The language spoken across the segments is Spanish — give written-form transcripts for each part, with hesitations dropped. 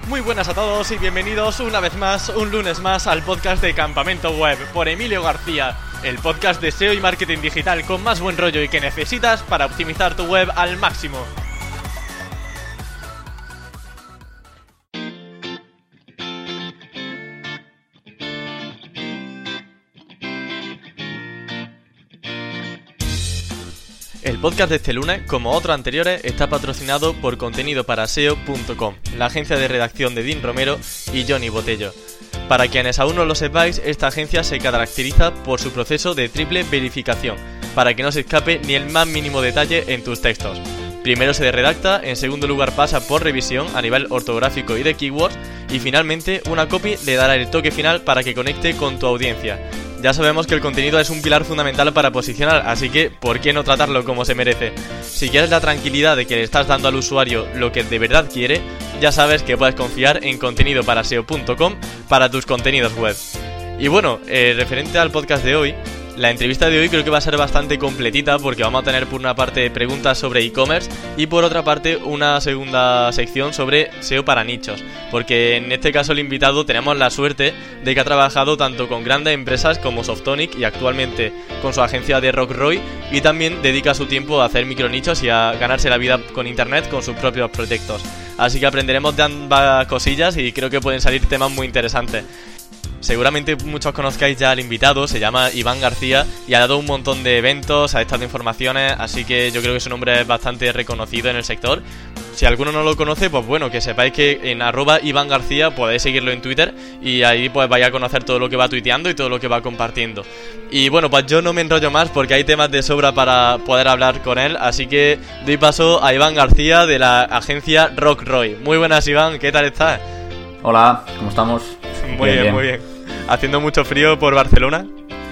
Muy buenas a todos y bienvenidos una vez más, un lunes más, al podcast de Campamento Web por Emilio García, el podcast de SEO y marketing digital con más buen rollo y que necesitas para optimizar tu web al máximo. El podcast de este lunes, como otros anteriores, está patrocinado por contenidoparaseo.com, la agencia de redacción de Dean Romero y Johnny Botello. Para quienes aún no lo sepáis, esta agencia se caracteriza por su proceso de triple verificación, para que no se escape ni el más mínimo detalle en tus textos. Primero se redacta, en segundo lugar pasa por revisión a nivel ortográfico y de keywords, y finalmente una copy le dará el toque final para que conecte con tu audiencia. Ya sabemos que el contenido es un pilar fundamental para posicionar, así que ¿por qué no tratarlo como se merece? Si quieres la tranquilidad de que le estás dando al usuario lo que de verdad quiere, ya sabes que puedes confiar en contenidoparaseo.com para tus contenidos web. Y bueno, referente al podcast de hoy, la entrevista de hoy creo que va a ser bastante completita porque vamos a tener por una parte preguntas sobre e-commerce y por otra parte una segunda sección sobre SEO para nichos, porque en este caso el invitado tenemos la suerte de que ha trabajado tanto con grandes empresas como Softonic y actualmente con su agencia de Rockroy, y también dedica su tiempo a hacer micronichos y a ganarse la vida con internet con sus propios proyectos. Así que aprenderemos de ambas cosillas y creo que pueden salir temas muy interesantes. Seguramente muchos conozcáis ya al invitado, se llama Iván García y ha dado un montón de eventos, ha estado informaciones, así que yo creo que su nombre es bastante reconocido en el sector. Si alguno no lo conoce, pues bueno, que sepáis que en @IvánGarcía podéis seguirlo en Twitter y ahí pues vais a conocer todo lo que va tuiteando y todo lo que va compartiendo. Y bueno, pues yo no me enrollo más porque hay temas de sobra para poder hablar con él, así que doy paso a Iván García de la agencia Rockroy. Muy buenas, Iván, ¿qué tal estás? Hola, ¿cómo estamos? Muy bien, muy bien. ¿Haciendo mucho frío por Barcelona?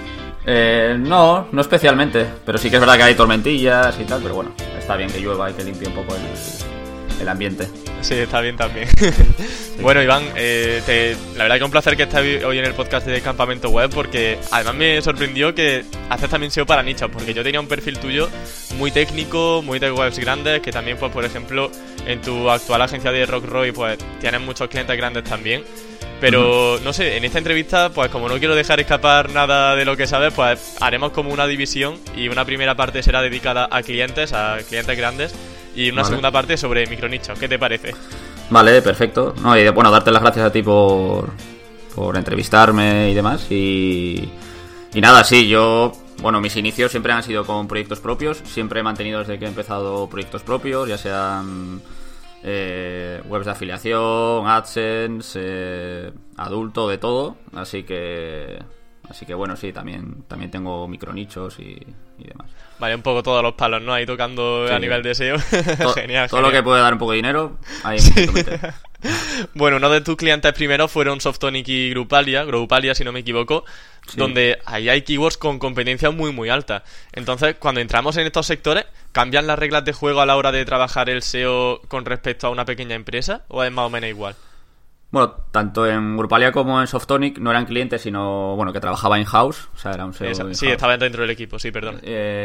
No especialmente, pero sí que es verdad que hay tormentillas y tal, pero bueno, está bien que llueva y que limpie un poco el ambiente. Sí, está bien también. Sí. Bueno, Iván, la verdad que es un placer que estés hoy en el podcast de Campamento Web, porque además me sorprendió que haces también SEO para nichos, porque yo tenía un perfil tuyo muy técnico, muy de webs grandes, que también, pues por ejemplo, en tu actual agencia de Rockroy, pues tienes muchos clientes grandes también. Pero, no sé, en esta entrevista, pues como no quiero dejar escapar nada de lo que sabes, pues haremos como una división y una primera parte será dedicada a clientes grandes y una segunda parte sobre micronichos. ¿Qué te parece? Vale, perfecto. No, y bueno, darte las gracias a ti por entrevistarme y demás. Y nada, sí, yo... Bueno, mis inicios siempre han sido con proyectos propios. Siempre he mantenido desde que he empezado proyectos propios, ya sean... webs de afiliación, AdSense, adulto, de todo, así que bueno, sí, también tengo micronichos y demás. Vale, un poco todos los palos, ¿no? Ahí tocando sí, a nivel de SEO. Genial. Todo lo que puede dar un poco de dinero, ahí sí. Bueno, uno de tus clientes primeros fueron Softonic y Grupalia, si no me equivoco, sí. Donde ahí hay keywords con competencia muy muy alta. Entonces, cuando entramos en estos sectores, ¿cambian las reglas de juego a la hora de trabajar el SEO con respecto a una pequeña empresa? ¿O es más o menos igual? Bueno, tanto en Grupalia como en Softonic no eran clientes, sino, bueno, que trabajaba in-house, o sea, era un SEO in-house. Sí, estaba dentro del equipo, sí, perdón.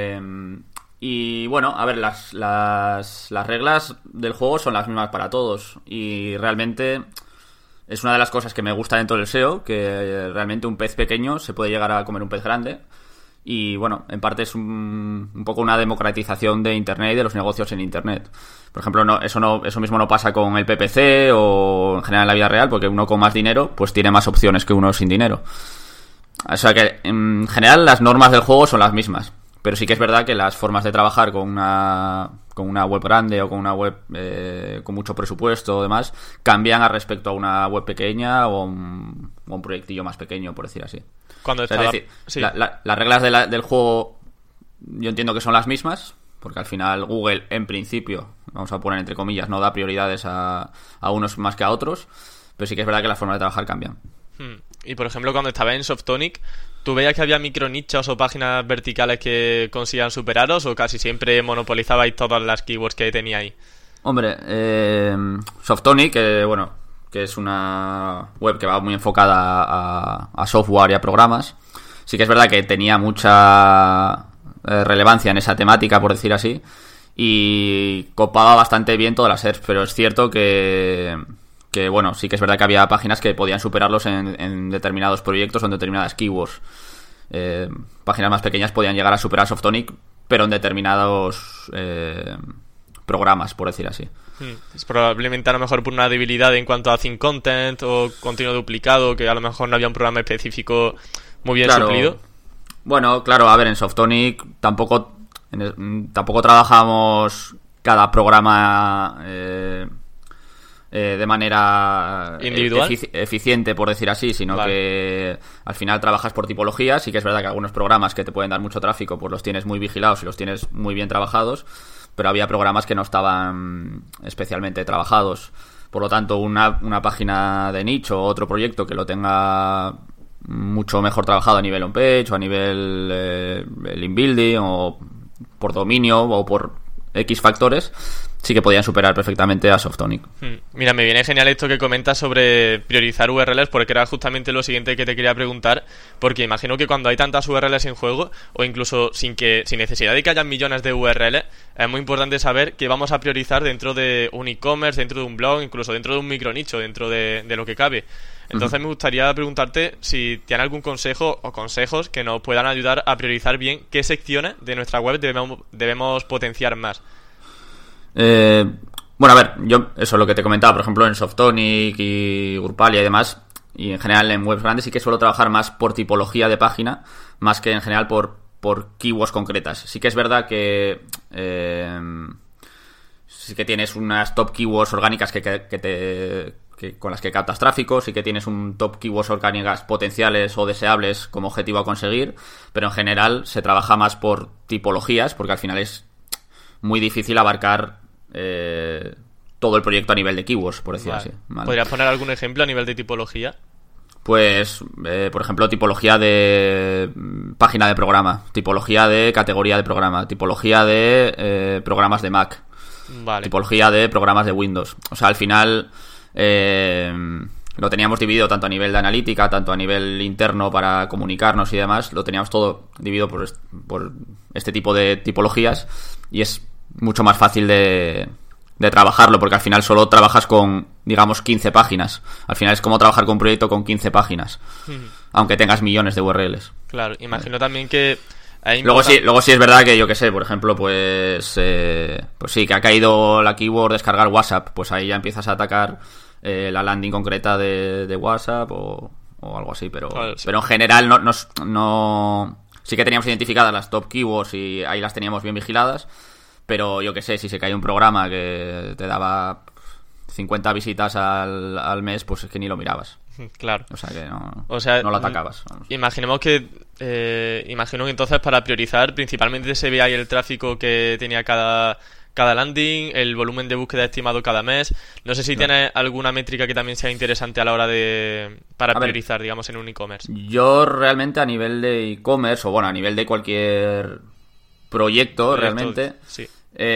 Y bueno, a ver, las reglas del juego son las mismas para todos. Y realmente es una de las cosas que me gusta dentro del SEO, que realmente un pez pequeño se puede llegar a comer un pez grande. Y bueno, en parte es un poco una democratización de Internet y de los negocios en Internet. Por ejemplo, eso mismo no pasa con el PPC o en general en la vida real, porque uno con más dinero pues tiene más opciones que uno sin dinero. O sea que en general las normas del juego son las mismas. Pero sí que es verdad que las formas de trabajar con una web grande o con una web con mucho presupuesto o demás cambian a respecto a una web pequeña o un proyectillo más pequeño, por decir así. Cuando es decir, sí. Las reglas del juego yo entiendo que son las mismas, porque al final Google, en principio, vamos a poner entre comillas, no da prioridades a unos más que a otros, pero sí que es verdad que las formas de trabajar cambian. Y por ejemplo, cuando estaba en Softonic, ¿tú veías que había micronichos o páginas verticales que consigan superaros o casi siempre monopolizabais todas las keywords que tenía ahí? Hombre, Softonic, bueno, que es una web que va muy enfocada a software y a programas, sí que es verdad que tenía mucha relevancia en esa temática, por decir así, y copaba bastante bien todas las SERPs, pero es cierto que que bueno, sí que es verdad que había páginas que podían superarlos en determinados proyectos o en determinadas keywords. Páginas más pequeñas podían llegar a superar Softonic, pero en determinados programas, por decir así. Es probablemente a lo mejor por una debilidad en cuanto a thin content o contenido duplicado, que a lo mejor no había un programa específico muy bien suplido. Bueno, claro, a ver, en Softonic tampoco trabajamos cada programa de manera individual, eficiente, por decir así, sino que al final trabajas por tipologías. Sí que es verdad que algunos programas que te pueden dar mucho tráfico pues los tienes muy vigilados y los tienes muy bien trabajados, pero había programas que no estaban especialmente trabajados. Por lo tanto, una página de nicho o otro proyecto que lo tenga mucho mejor trabajado a nivel on-page o a nivel inbuilding o por dominio o por X factores, sí que podían superar perfectamente a Softonic. Mira, me viene genial esto que comentas sobre priorizar URLs, porque era justamente lo siguiente que te quería preguntar, porque imagino que cuando hay tantas URLs en juego, o incluso sin necesidad de que haya millones de URLs, es muy importante saber qué vamos a priorizar dentro de un e-commerce, dentro de un blog, incluso dentro de un micronicho, dentro de lo que cabe. Entonces me gustaría preguntarte si tiene algún consejo o consejos que nos puedan ayudar a priorizar bien qué secciones de nuestra web debemos potenciar más. Bueno, a ver, yo eso es lo que te comentaba, por ejemplo, en Softonic y Urpalia y demás, y en general en webs grandes sí que suelo trabajar más por tipología de página, más que en general por keywords concretas. Sí que es verdad que sí que tienes unas top keywords orgánicas que con las que captas tráfico, sí que tienes un top keywords orgánicas potenciales o deseables como objetivo a conseguir, pero en general se trabaja más por tipologías, porque al final es muy difícil abarcar todo el proyecto a nivel de keywords, por decir así. ¿Vale? ¿Podrías poner algún ejemplo a nivel de tipología? Pues, por ejemplo, tipología de página de programa, tipología de categoría de programa, tipología de programas de Mac, tipología de programas de Windows. O sea, al final lo teníamos dividido tanto a nivel de analítica, tanto a nivel interno para comunicarnos y demás, lo teníamos todo dividido por este tipo de tipologías, y es mucho más fácil de trabajarlo, porque al final solo trabajas con, digamos, 15 páginas. Al final es como trabajar con un proyecto con 15 páginas, aunque tengas millones de URLs. Claro, imagino también que luego sí es verdad que, yo que sé, por ejemplo, pues sí, que ha caído la keyword descargar WhatsApp, pues ahí ya empiezas a atacar la landing concreta de WhatsApp o algo así, pero en general no sí que teníamos identificadas las top keywords y ahí las teníamos bien vigiladas, pero yo que sé, si se cae un programa que te daba 50 visitas al mes, pues es que ni lo mirabas. Claro. O sea que no lo atacabas. Vamos. Imagino que entonces para priorizar principalmente se ve ahí el tráfico que tenía cada landing, el volumen de búsqueda estimado cada mes. No sé si tienes alguna métrica que también sea interesante a la hora para priorizar, digamos, en un e-commerce. Yo realmente a nivel de e-commerce, o bueno, a nivel de cualquier proyecto realmente, sí.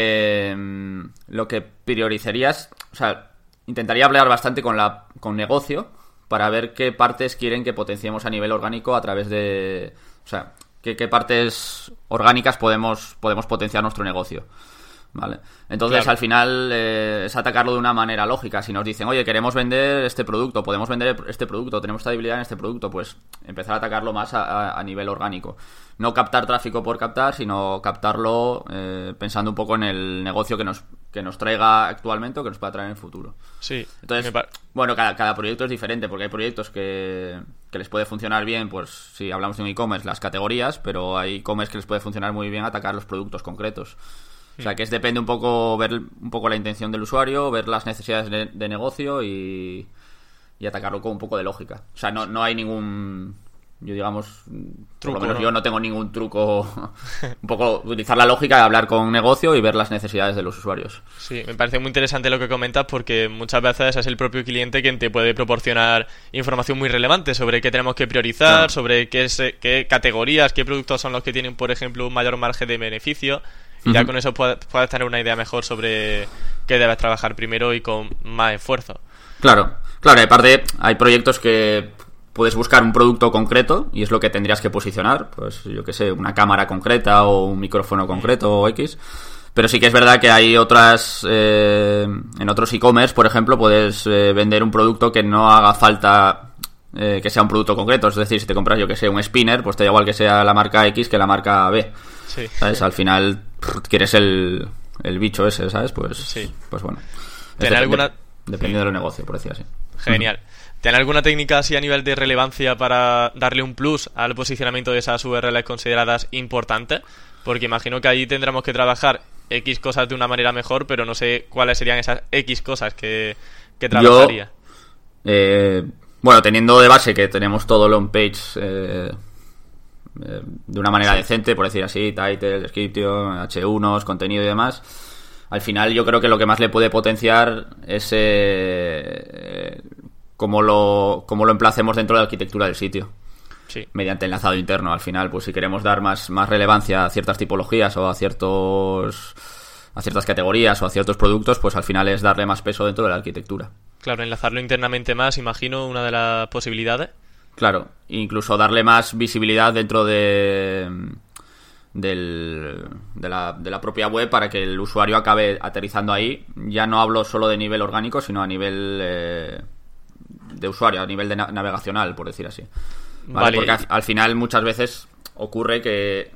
Lo que priorizarías, o sea, intentaría hablar bastante con negocio para ver qué partes quieren que potenciemos a nivel orgánico a través de, o sea, qué partes orgánicas podemos potenciar nuestro negocio. Vale. Entonces, claro, al final es atacarlo de una manera lógica. Si nos dicen, oye, queremos vender este producto, podemos vender este producto, tenemos estabilidad en este producto, pues empezar a atacarlo más a nivel orgánico. No captar tráfico por captar, sino captarlo pensando un poco en el negocio que nos traiga actualmente o que nos pueda traer en el futuro. Sí. Entonces, bueno, cada proyecto es diferente, porque hay proyectos que les puede funcionar bien, pues si hablamos de un e-commerce, las categorías, pero hay e-commerce que les puede funcionar muy bien atacar los productos concretos. O sea, que depende un poco, ver un poco la intención del usuario, ver las necesidades de negocio y atacarlo con un poco de lógica. O sea, no hay ningún, yo digamos, truco, por lo menos yo no tengo ningún truco. Un poco utilizar la lógica de hablar con un negocio y ver las necesidades de los usuarios. Sí, me parece muy interesante lo que comentas, porque muchas veces es el propio cliente quien te puede proporcionar información muy relevante sobre qué tenemos que priorizar, claro, sobre qué categorías, qué productos son los que tienen, por ejemplo, un mayor margen de beneficio. Y ya con eso puedes tener una idea mejor sobre qué debes trabajar primero y con más esfuerzo. Claro, aparte hay proyectos que puedes buscar un producto concreto y es lo que tendrías que posicionar, pues yo que sé, una cámara concreta o un micrófono concreto o X, Pero sí que es verdad que hay otras... en otros e-commerce, por ejemplo, puedes vender un producto que no haga falta que sea un producto concreto. Es decir, si te compras, yo que sé, un spinner, pues te da igual que sea la marca X que la marca B. Sí. ¿Sabes? Al final quieres el bicho ese, ¿sabes? Pues, sí. Pues bueno. ¿Tiene alguna...? Depende del negocio, por decir así. Genial. ¿Tiene alguna técnica así a nivel de relevancia para darle un plus al posicionamiento de esas URLs consideradas importantes? Porque imagino que ahí tendremos que trabajar X cosas de una manera mejor, pero no sé cuáles serían esas X cosas que trabajaría. Bueno, teniendo de base que tenemos todo el on-page de una manera decente, por decir así, title, description, H1, contenido y demás, al final yo creo que lo que más le puede potenciar es cómo lo emplacemos dentro de la arquitectura del sitio. Sí. Mediante enlazado interno. Al final, pues si queremos dar más relevancia a ciertas tipologías o a ciertas categorías o a ciertos productos, pues al final es darle más peso dentro de la arquitectura. Claro, enlazarlo internamente más, imagino, una de las posibilidades. Claro, incluso darle más visibilidad dentro de la propia web para que el usuario acabe aterrizando ahí. Ya no hablo solo de nivel orgánico, sino a nivel de usuario, a nivel de navegacional, por decir así. Vale. Porque al final muchas veces ocurre que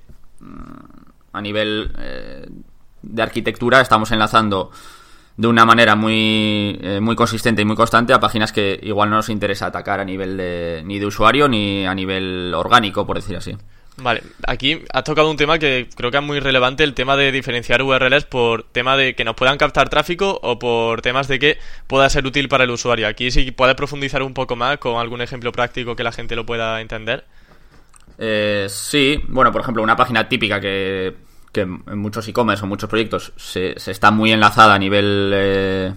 a nivel de arquitectura estamos enlazando de una manera muy consistente y muy constante a páginas que igual no nos interesa atacar a nivel ni de usuario ni a nivel orgánico, por decir así. Vale, aquí has tocado un tema que creo que es muy relevante, el tema de diferenciar URLs por tema de que nos puedan captar tráfico o por temas de que pueda ser útil para el usuario. Aquí sí puedes profundizar un poco más con algún ejemplo práctico que la gente lo pueda entender. Sí, bueno, por ejemplo, una página típica que en muchos e-commerce o muchos proyectos se está muy enlazada a nivel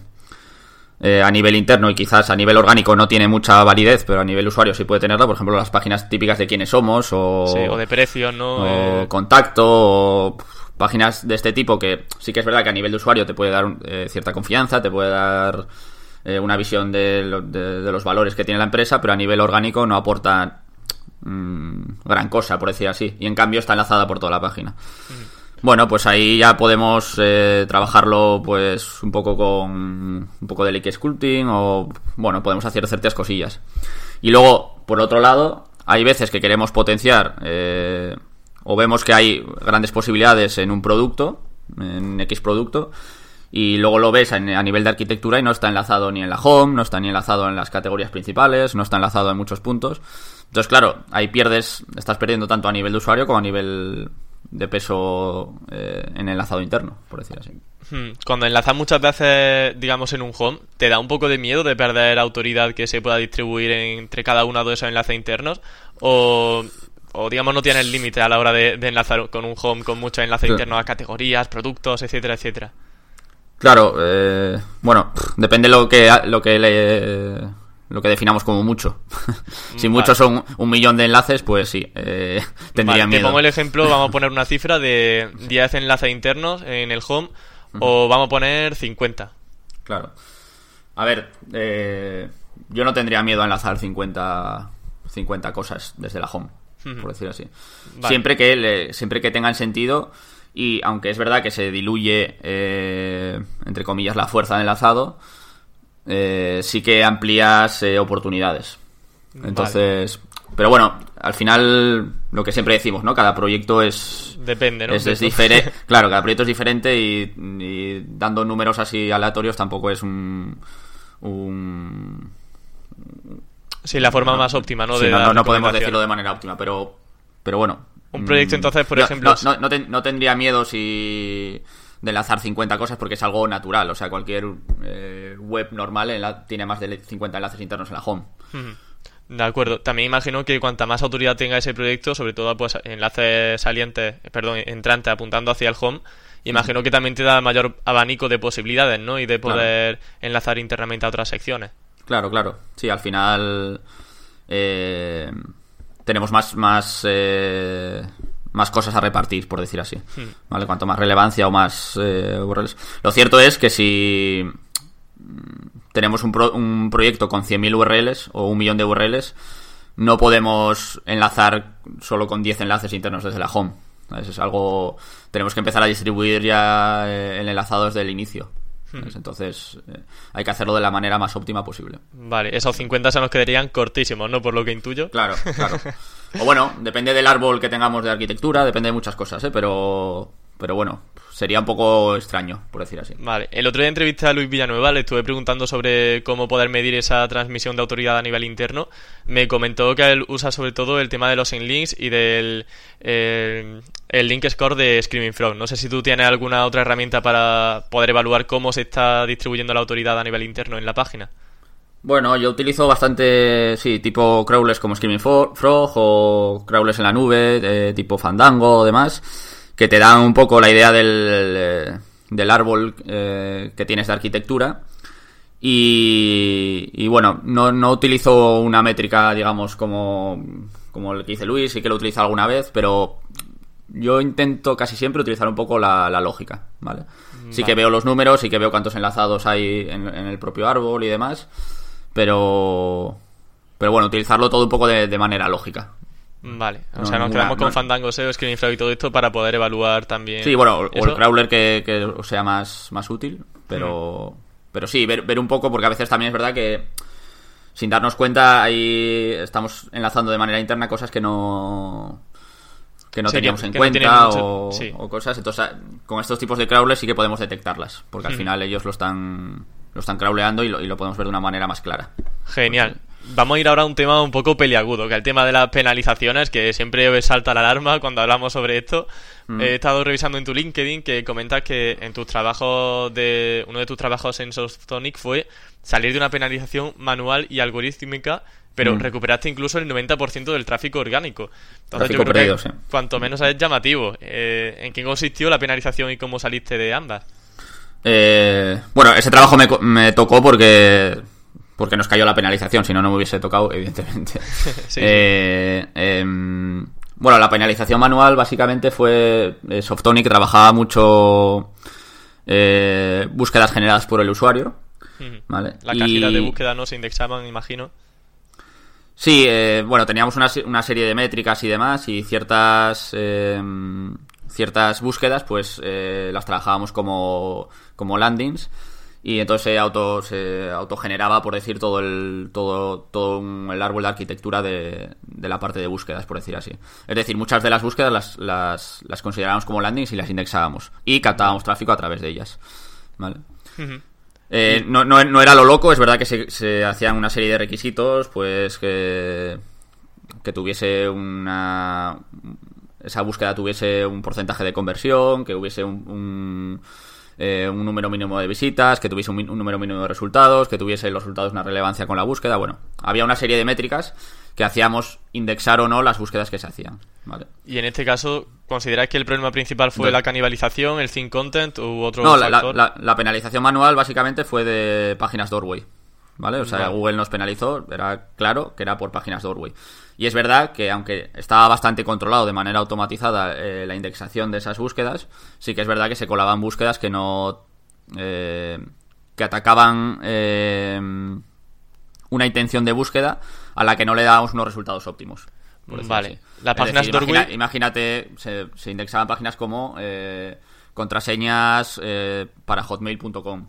interno y quizás a nivel orgánico no tiene mucha validez, pero a nivel usuario sí puede tenerla. Por ejemplo, las páginas típicas de quiénes somos o de precios, ¿no? O contacto o páginas de este tipo que sí que es verdad que a nivel de usuario te puede dar cierta confianza, te puede dar una visión de los valores que tiene la empresa, pero a nivel orgánico no aporta gran cosa, por decir así, y en cambio está enlazada por toda la página. Bueno, pues ahí ya podemos trabajarlo pues un poco con un poco de link sculpting o bueno, podemos hacer ciertas cosillas. Y luego, por otro lado, hay veces que queremos potenciar o vemos que hay grandes posibilidades en un producto, en X producto, y luego lo ves a nivel de arquitectura y no está enlazado ni en la home, no está ni enlazado en las categorías principales, no está enlazado en muchos puntos. Entonces, claro, ahí estás perdiendo tanto a nivel de usuario como a nivel de peso en enlazado interno, por decir así. Cuando enlazas muchas veces, digamos, en un home, ¿te da un poco de miedo de perder autoridad que se pueda distribuir entre cada uno de esos enlaces internos? O digamos, no tienes límite a la hora de enlazar con un home con muchos enlaces internos a categorías, productos, etcétera, etcétera? Claro, bueno, depende lo que definamos como mucho. Si muchos son 1 millón de enlaces, pues sí, tendría miedo. Te pongo el ejemplo, vamos a poner una cifra de 10 enlaces internos en el home, o vamos a poner 50. Claro. A ver, yo no tendría miedo a enlazar 50 cosas desde la home, por decir así. Vale. Siempre que tengan sentido, y aunque es verdad que se diluye, entre comillas, la fuerza de enlazado, sí que amplías oportunidades. Entonces, vale. Pero bueno, al final lo que siempre decimos, ¿no? Cada proyecto depende, ¿no? Es diferente. Claro, cada proyecto es diferente y dando números así aleatorios tampoco es sí, la forma más óptima, ¿no? Sí, no podemos decirlo de manera óptima, pero bueno. Un proyecto entonces, por ejemplo... No tendría miedo de enlazar 50 cosas porque es algo natural. O sea, cualquier web normal tiene más de 50 enlaces internos en la home. De acuerdo. También imagino que cuanta más autoridad tenga ese proyecto, sobre todo pues enlaces entrantes apuntando hacia el home, imagino que también te da mayor abanico de posibilidades, ¿no? Y de poder enlazar internamente a otras secciones. Claro. Sí, al final tenemos más cosas a repartir, por decir así. ¿Vale? Cuanto más relevancia o más URLs. Lo cierto es que si tenemos un proyecto con 100.000 URLs o 1 millón de URLs, no podemos enlazar solo con 10 enlaces internos desde la home. ¿sabes? Es algo... Tenemos que empezar a distribuir ya el enlazado desde el inicio. Entonces hay que hacerlo de la manera más óptima posible. Vale, esos 50 se nos quedarían cortísimos, ¿no? Por lo que intuyo. Claro. O bueno, depende del árbol que tengamos de arquitectura, depende de muchas cosas, pero bueno, sería un poco extraño, por decir así. Vale, el otro día entrevisté a Luis Villanueva, le estuve preguntando sobre cómo poder medir esa transmisión de autoridad a nivel interno. Me comentó que él usa sobre todo el tema de los inlinks y del el link score de Screaming Frog. No sé si tú tienes alguna otra herramienta para poder evaluar cómo se está distribuyendo la autoridad a nivel interno en la página. Bueno, yo utilizo bastante, sí, tipo crawlers como Screaming Frog o crawlers en la nube, tipo Fandango o demás, que te dan un poco la idea del árbol que tienes de arquitectura. Y bueno, no utilizo una métrica, digamos, como el que dice Luis, sí que lo utilizo alguna vez, pero yo intento casi siempre utilizar un poco la lógica, ¿vale? Sí que veo los números, sí que veo cuántos enlazados hay en el propio árbol y demás, pero bueno, utilizarlo todo un poco de manera lógica. Vale, o sea, nos quedamos con Fandango, SEO, Screaming Frog y todo esto para poder evaluar también. Sí, bueno, o el crawler que sea más útil, pero sí, ver un poco, porque a veces también es verdad que sin darnos cuenta ahí estamos enlazando de manera interna cosas que no teníamos en cuenta o cosas. Entonces, con estos tipos de crawlers sí que podemos detectarlas, porque al final ellos lo están crawleando y lo podemos ver de una manera más clara. Genial. Vamos a ir ahora a un tema un poco peliagudo, que es el tema de las penalizaciones, que siempre salta la alarma cuando hablamos sobre esto. He estado revisando en tu LinkedIn que comentas que en tus trabajos uno de tus trabajos en Softonic fue salir de una penalización manual y algorítmica, pero recuperaste incluso el 90% del tráfico orgánico. Entonces yo creo que cuanto menos es llamativo. ¿En qué consistió la penalización y cómo saliste de ambas? Bueno, ese trabajo me tocó porque nos cayó la penalización, si no me hubiese tocado, evidentemente. Sí. Bueno, la penalización manual básicamente fue Softonic trabajaba mucho búsquedas generadas por el usuario, ¿vale? Las cajitas de búsqueda no se indexaban, imagino. Sí, bueno, teníamos una serie de métricas y demás, y ciertas búsquedas pues las trabajábamos como landings. Y entonces se autogeneraba, por decir, todo el árbol de arquitectura de la parte de búsquedas, por decir así. Es decir, muchas de las búsquedas las considerábamos como landings y las indexábamos. Y captábamos tráfico a través de ellas, ¿vale? No era lo loco, es verdad que se hacían una serie de requisitos, pues que tuviese esa búsqueda tuviese un porcentaje de conversión, que hubiese un número mínimo de visitas, que tuviese un número mínimo de resultados, que tuviese los resultados una relevancia con la búsqueda. Bueno, había una serie de métricas que hacíamos indexar o no las búsquedas que se hacían, ¿vale? Y en este caso, ¿consideráis que el problema principal fue la canibalización, el thin content u otro factor? No, la penalización manual básicamente fue de páginas doorway, ¿vale? O sea, Google nos penalizó, era claro que era por páginas doorway. Y es verdad que aunque estaba bastante controlado de manera automatizada la indexación de esas búsquedas, sí que es verdad que se colaban búsquedas que que atacaban una intención de búsqueda a la que no le dábamos unos resultados óptimos. Vale, las páginas doorway... Imagínate, se indexaban páginas como contraseñas para hotmail.com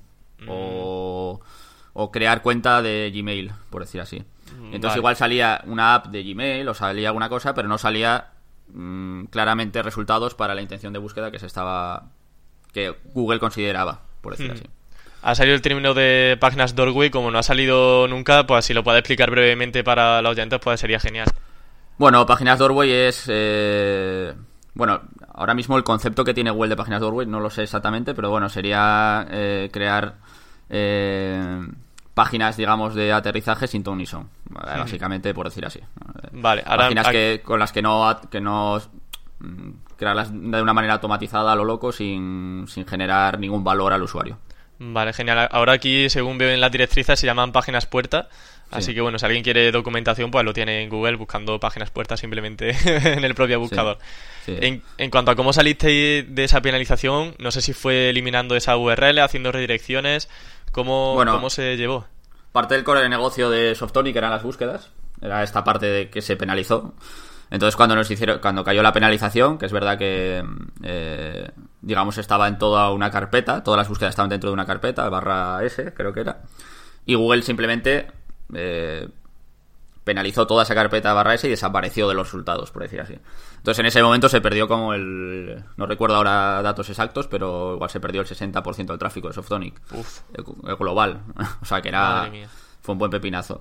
o crear cuenta de Gmail, por decir así. Entonces igual salía una app de Gmail o salía alguna cosa, pero no salía claramente resultados para la intención de búsqueda que Google consideraba, por decir así. Ha salido el término de páginas doorway, como no ha salido nunca, pues si lo puedes explicar brevemente para los oyentes, pues sería genial. Bueno, páginas doorway es... Bueno, ahora mismo el concepto que tiene Google de páginas doorway no lo sé exactamente, pero bueno, sería crear páginas, digamos, de aterrizaje sin ton ni son, básicamente, por decir así. Vale, ahora páginas con las que no crearlas de una manera automatizada a lo loco sin generar ningún valor al usuario. Vale, genial. Ahora aquí, según veo en las directrices, se llaman páginas puerta. Así que bueno, si alguien quiere documentación, pues lo tiene en Google buscando páginas puertas simplemente en el propio buscador. Sí. En cuanto a cómo salisteis de esa penalización, no sé si fue eliminando esa URL, haciendo redirecciones, ¿cómo se llevó? Parte del core de negocio de Softonic eran las búsquedas, era esta parte de que se penalizó. Entonces cuando cayó la penalización, que es verdad que digamos estaba en toda una carpeta, todas las búsquedas estaban dentro de una carpeta, /S creo que era, y Google simplemente penalizó toda esa carpeta /S y desapareció de los resultados, por decir así. Entonces en ese momento se perdió como no recuerdo ahora datos exactos, pero igual se perdió el 60% del tráfico de Softonic. El global. O sea que fue un buen pepinazo.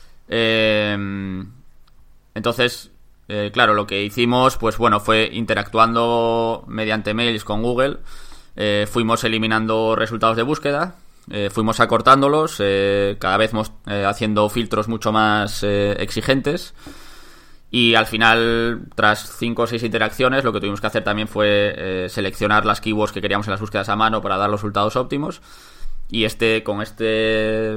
Entonces, claro, lo que hicimos, pues bueno, fue interactuando mediante mails con Google. Fuimos eliminando resultados de búsqueda, fuimos acortándolos, cada vez haciendo filtros mucho más exigentes. Y al final, tras 5 o 6 interacciones, lo que tuvimos que hacer también fue seleccionar las keywords que queríamos en las búsquedas a mano para dar los resultados óptimos. Y con este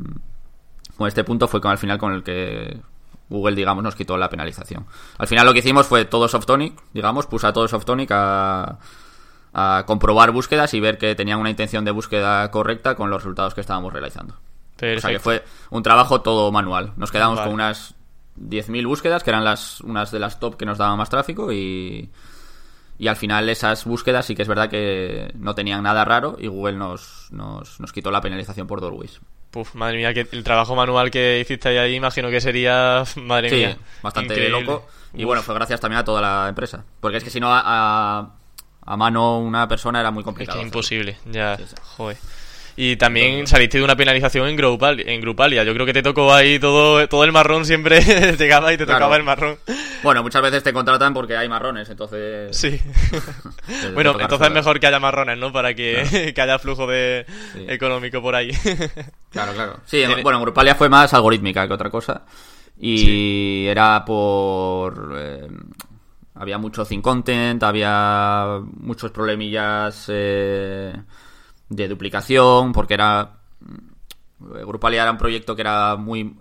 punto fue al final con el que Google, digamos, nos quitó la penalización. Al final lo que hicimos fue todo Softonic, digamos, puse a todo Softonic a comprobar búsquedas y ver que tenían una intención de búsqueda correcta con los resultados que estábamos realizando. Perfecto. O sea que fue un trabajo todo manual. Nos quedamos con unas 10.000 búsquedas, que eran unas de las top que nos daban más tráfico, y al final esas búsquedas sí que es verdad que no tenían nada raro y Google nos quitó la penalización por Doorways. Madre mía, que el trabajo manual que hiciste ahí imagino que sería, madre mía, bastante increíble. Loco. Y bueno, fue gracias también a toda la empresa, porque es que si no a mano una persona era muy complicado. Es que imposible, ya, sí. Joder. Y también saliste de una penalización en Grupalia. Yo creo que te tocó ahí todo el marrón, siempre llegaba y te tocaba el marrón. Bueno, muchas veces te contratan porque hay marrones, entonces... Sí. Bueno, entonces es mejor que haya marrones, ¿no? Para que haya flujo económico por ahí. Claro. Sí, bueno, en Grupalia fue más algorítmica que otra cosa. Y era por... había mucho thin content, había muchos problemillas... de duplicación, porque Grupalia era un proyecto que era muy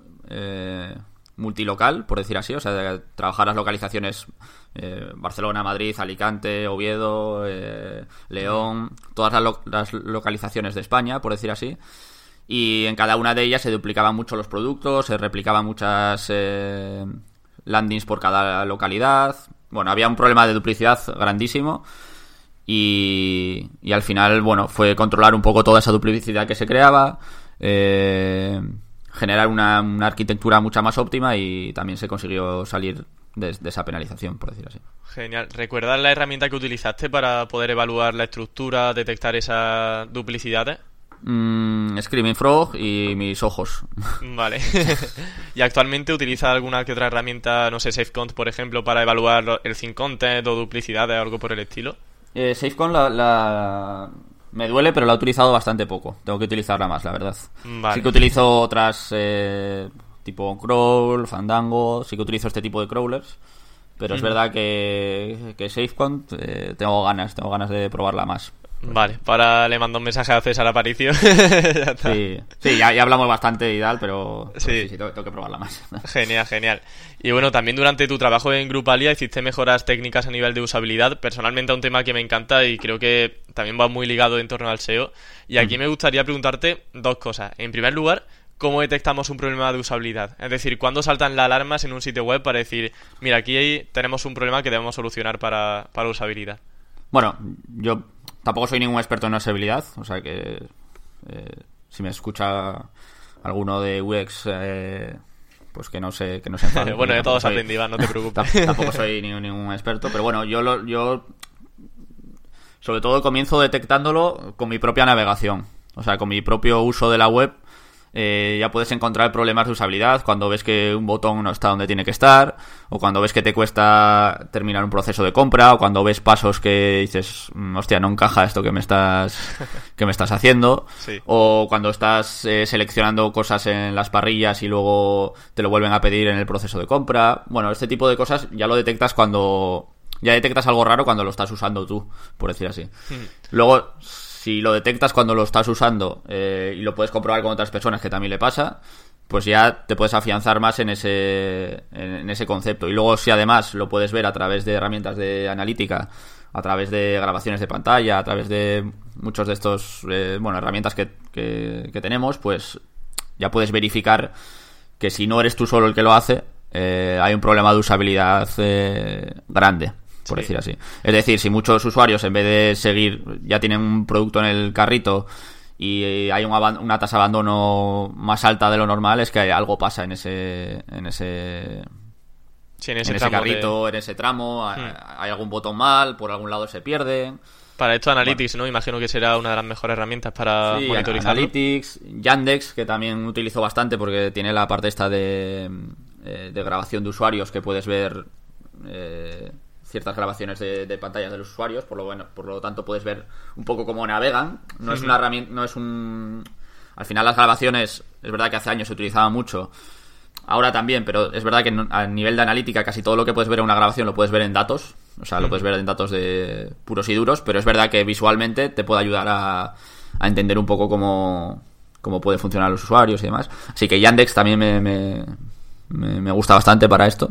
multilocal, por decir así, o sea, de trabajar las localizaciones Barcelona, Madrid, Alicante, Oviedo, León, todas las localizaciones de España, por decir así, y en cada una de ellas se duplicaban mucho los productos, se replicaban muchas landings por cada localidad. Bueno, había un problema de duplicidad grandísimo. Y al final, bueno, fue controlar un poco toda esa duplicidad que se creaba, generar una arquitectura mucho más óptima, y también se consiguió salir de esa penalización, por decir así. Genial. ¿Recuerdas la herramienta que utilizaste para poder evaluar la estructura, detectar esas duplicidades? Screaming Frog y mis ojos. Vale. ¿Y actualmente utilizas alguna que otra herramienta, no sé, SafeCont, por ejemplo, para evaluar el thin content o duplicidades o algo por el estilo? SafeCont me duele, pero la he utilizado bastante poco. Tengo que utilizarla más, la verdad. Vale. Sí que utilizo otras tipo Crawl, Fandango. Sí que utilizo este tipo de crawlers. Pero es verdad que SafeCont tengo ganas de probarla más. Vale, le mando un mensaje a César Aparicio. Ya está. Sí, ya hablamos bastante y tal, pero sí, tengo que probarla más. Genial. Y bueno, también durante tu trabajo en Grupalia hiciste mejoras técnicas a nivel de usabilidad. Personalmente, un tema que me encanta y creo que también va muy ligado en torno al SEO. Y aquí me gustaría preguntarte 2 cosas. En primer lugar, ¿cómo detectamos un problema de usabilidad? Es decir, ¿cuándo saltan las alarmas en un sitio web para decir, mira, aquí tenemos un problema que debemos solucionar para usabilidad? Bueno, yo tampoco soy ningún experto en usabilidad, o sea que si me escucha alguno de UX, pues que no se enfade. Bueno, de todos aprendí, no te preocupes. Tampoco soy ningún experto, pero bueno, yo sobre todo comienzo detectándolo con mi propia navegación, o sea, con mi propio uso de la web. Ya puedes encontrar problemas de usabilidad cuando ves que un botón no está donde tiene que estar, o cuando ves que te cuesta terminar un proceso de compra, o cuando ves pasos que dices, hostia, no encaja esto que me estás haciendo, sí. O cuando estás seleccionando cosas en las parrillas y luego te lo vuelven a pedir en el proceso de compra. Bueno, este tipo de cosas ya lo detectas ya detectas algo raro cuando lo estás usando tú, por decir así. Luego, si lo detectas cuando lo estás usando y lo puedes comprobar con otras personas que también le pasa, pues ya te puedes afianzar más en ese concepto. Y luego, si además lo puedes ver a través de herramientas de analítica, a través de grabaciones de pantalla, a través de muchos de estos herramientas que tenemos, pues ya puedes verificar que si no eres tú solo el que lo hace, hay un problema de usabilidad grande, por decir así. Es decir, si muchos usuarios, en vez de seguir, ya tienen un producto en el carrito y hay una tasa de abandono más alta de lo normal, es que algo pasa en ese carrito, en ese tramo, hay algún botón mal, por algún lado se pierde. Para esto Analytics, ¿no? Imagino que será una de las mejores herramientas para monitorizarlo. Analytics, Yandex, que también utilizo bastante porque tiene la parte esta de grabación de usuarios, que puedes ver ciertas grabaciones de pantallas de los usuarios, por lo tanto puedes ver un poco cómo navegan. No es una herramienta, al final las grabaciones, es verdad que hace años se utilizaba mucho, ahora también, pero es verdad que a nivel de analítica casi todo lo que puedes ver en una grabación lo puedes ver en datos, o sea, lo puedes ver en datos de puros y duros, pero es verdad que visualmente te puede ayudar a entender un poco cómo pueden funcionar los usuarios y demás. Así que Yandex también me gusta bastante para esto.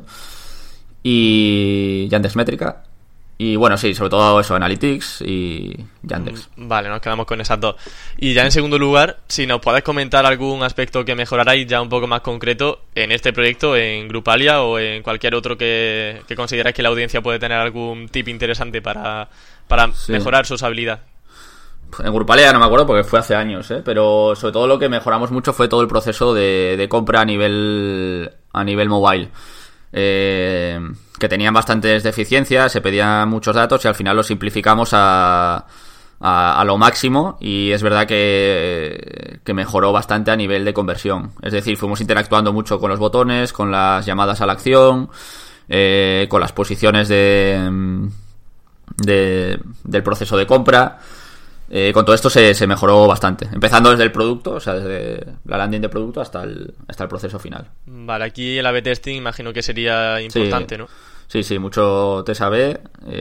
Y Yandex Métrica. Y bueno, sí, sobre todo eso, Analytics y Yandex. Vale, nos quedamos con esas dos. Y ya en segundo lugar, si nos puedes comentar algún aspecto que mejoraráis ya un poco más concreto en este proyecto, en Grupalia o en cualquier otro que consideráis que la audiencia puede tener algún tip interesante para mejorar su usabilidad. En Grupalia no me acuerdo porque fue hace años, pero sobre todo lo que mejoramos mucho fue todo el proceso de compra a nivel mobile. Que tenían bastantes deficiencias, se pedían muchos datos y al final lo simplificamos a lo máximo, y es verdad que mejoró bastante a nivel de conversión. Es decir, fuimos interactuando mucho con los botones, con las llamadas a la acción, con las posiciones del proceso de compra. Con todo esto se mejoró bastante, empezando desde el producto, o sea, desde la landing de producto hasta el proceso final. Vale, aquí el A/B testing imagino que sería importante, sí, ¿no? Sí, mucho test A/B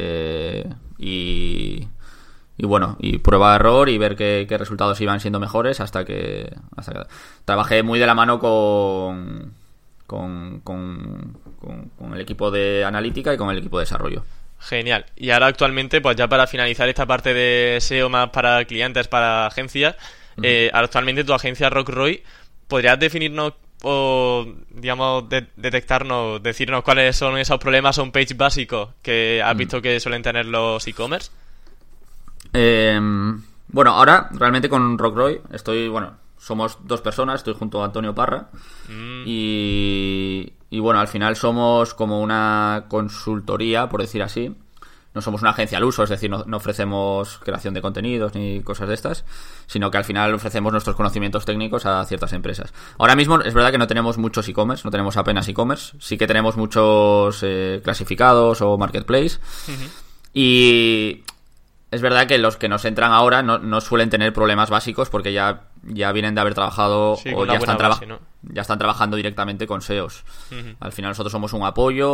y bueno, y prueba-error y ver qué resultados iban siendo mejores hasta que trabajé muy de la mano con el equipo de analítica y con el equipo de desarrollo. Genial. Y ahora actualmente, pues ya para finalizar esta parte de SEO más para clientes, para agencias, actualmente tu agencia Rockroy, ¿podrías definirnos o, digamos, detectarnos, decirnos cuáles son esos problemas on page básicos que has visto que suelen tener los e-commerce? Bueno, ahora realmente con Rockroy somos 2 personas, estoy junto a Antonio Parra y bueno, al final somos como una consultoría, por decir así. No somos una agencia al uso, es decir, no ofrecemos creación de contenidos ni cosas de estas, sino que al final ofrecemos nuestros conocimientos técnicos a ciertas empresas. Ahora mismo es verdad que no tenemos muchos e-commerce, no tenemos apenas e-commerce, sí que tenemos muchos clasificados o marketplace, y es verdad que los que nos entran ahora no suelen tener problemas básicos porque ya vienen de haber trabajado o ya están trabajando directamente con SEOs. Al final nosotros somos un apoyo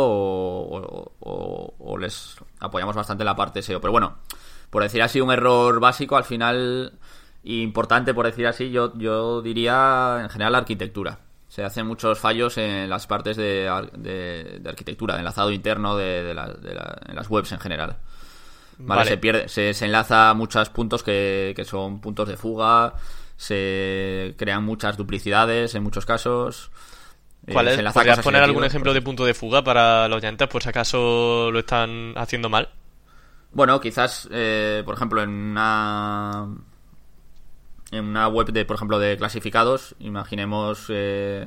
o les apoyamos bastante la parte SEO. Pero bueno, por decir así, un error básico al final importante, por decir así, yo diría en general la arquitectura. Se hacen muchos fallos en las partes de arquitectura, de enlazado interno en las webs en general. Vale. Se pierde, se enlaza muchos puntos que son puntos de fuga, se crean muchas duplicidades en muchos casos. ¿Podrías poner algún ejemplo de punto de fuga para los oyentes por si acaso lo están haciendo mal? Bueno, quizás, por ejemplo, en una web por ejemplo, de clasificados, imaginemos que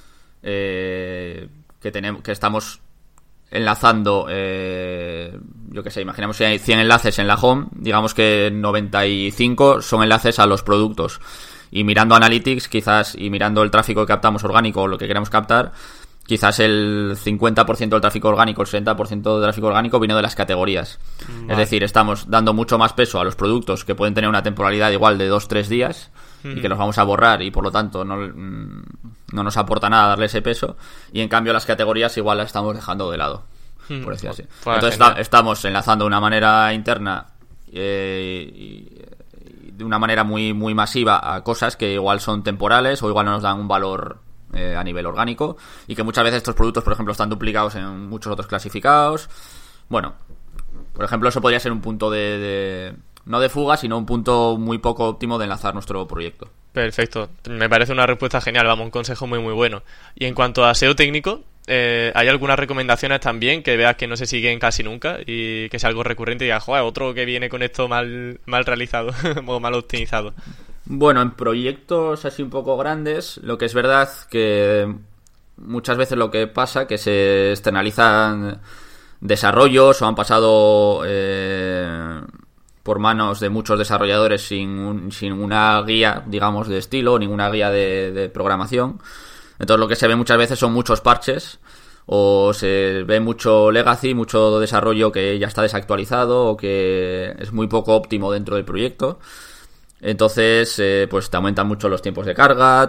estamos enlazando, yo qué sé, imaginemos que hay 100 enlaces en la home, digamos que 95 son enlaces a los productos, y mirando Analytics quizás, y mirando el tráfico que captamos orgánico o lo que queremos captar, quizás el 50% del tráfico orgánico, el 60% del tráfico orgánico viene de las categorías. Vale. Es decir, estamos dando mucho más peso a los productos que pueden tener una temporalidad igual de 2-3 días y que los vamos a borrar y por lo tanto no nos aporta nada darle ese peso, y en cambio las categorías igual las estamos dejando de lado, por decir así. Entonces estamos enlazando de una manera interna y de una manera muy, muy masiva a cosas que igual son temporales o igual no nos dan un valor a nivel orgánico, y que muchas veces estos productos, por ejemplo, están duplicados en muchos otros clasificados. Bueno, por ejemplo, eso podría ser un punto no de fuga, sino un punto muy poco óptimo de enlazar nuestro proyecto. Perfecto, me parece una respuesta genial, vamos, un consejo muy muy bueno. Y en cuanto a SEO técnico, ¿hay algunas recomendaciones también que veas que no se siguen casi nunca y que sea algo recurrente y digas, joder, otro que viene con esto mal realizado o mal optimizado? Bueno, en proyectos así un poco grandes, lo que es verdad que muchas veces lo que pasa que se externalizan desarrollos o han pasado por manos de muchos desarrolladores sin una guía, digamos, de estilo, ninguna guía de programación. Entonces lo que se ve muchas veces son muchos parches o se ve mucho legacy, mucho desarrollo que ya está desactualizado o que es muy poco óptimo dentro del proyecto. Entonces pues te aumentan mucho los tiempos de carga,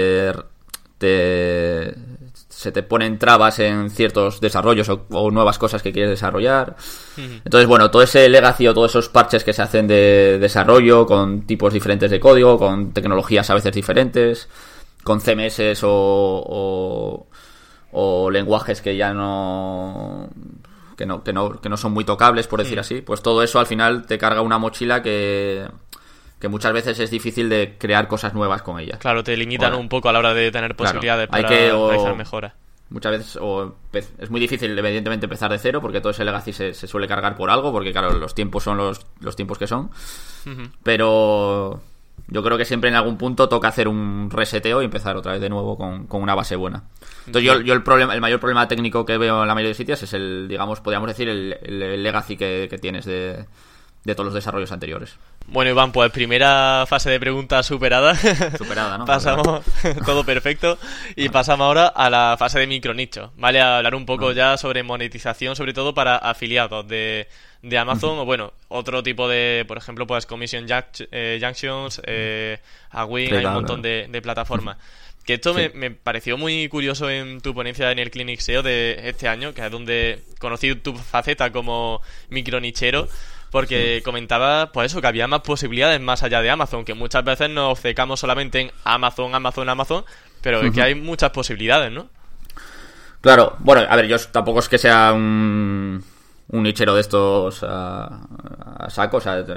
se te ponen trabas en ciertos desarrollos o nuevas cosas que quieres desarrollar. Entonces, bueno, todo ese legacy o todos esos parches que se hacen de desarrollo con tipos diferentes de código, con tecnologías a veces diferentes, con CMS o lenguajes que ya no son muy tocables, por decir así, pues todo eso al final te carga una mochila que muchas veces es difícil de crear cosas nuevas con ella. Claro, te limitan un poco a la hora de tener posibilidades para realizar mejoras. Muchas veces es muy difícil, evidentemente, empezar de cero, porque todo ese legacy se suele cargar por algo, porque claro, los tiempos son los tiempos que son. Pero yo creo que siempre en algún punto toca hacer un reseteo y empezar otra vez de nuevo con una base buena. Entonces yo el mayor problema técnico que veo en la mayoría de sitios es podríamos decir, el legacy que tienes de todos los desarrollos anteriores. Bueno, Iván, pues primera fase de preguntas superada. Superada, ¿no? Pasamos todo perfecto. Y pasamos ahora a la fase de micronicho, ¿vale? A hablar un poco ya sobre monetización, sobre todo para afiliados de Amazon o, bueno, otro tipo de, por ejemplo, pues Commission Junctions, Awin, hay un montón de plataformas. Que esto me pareció muy curioso en tu ponencia en el Clinic SEO de este año, que es donde conocí tu faceta como micronichero, porque comentaba, pues eso, que había más posibilidades más allá de Amazon, que muchas veces nos obcecamos solamente en Amazon, pero es que hay muchas posibilidades, ¿no? Claro, bueno, a ver, yo tampoco es que sea un nichero de estos a saco, o sea,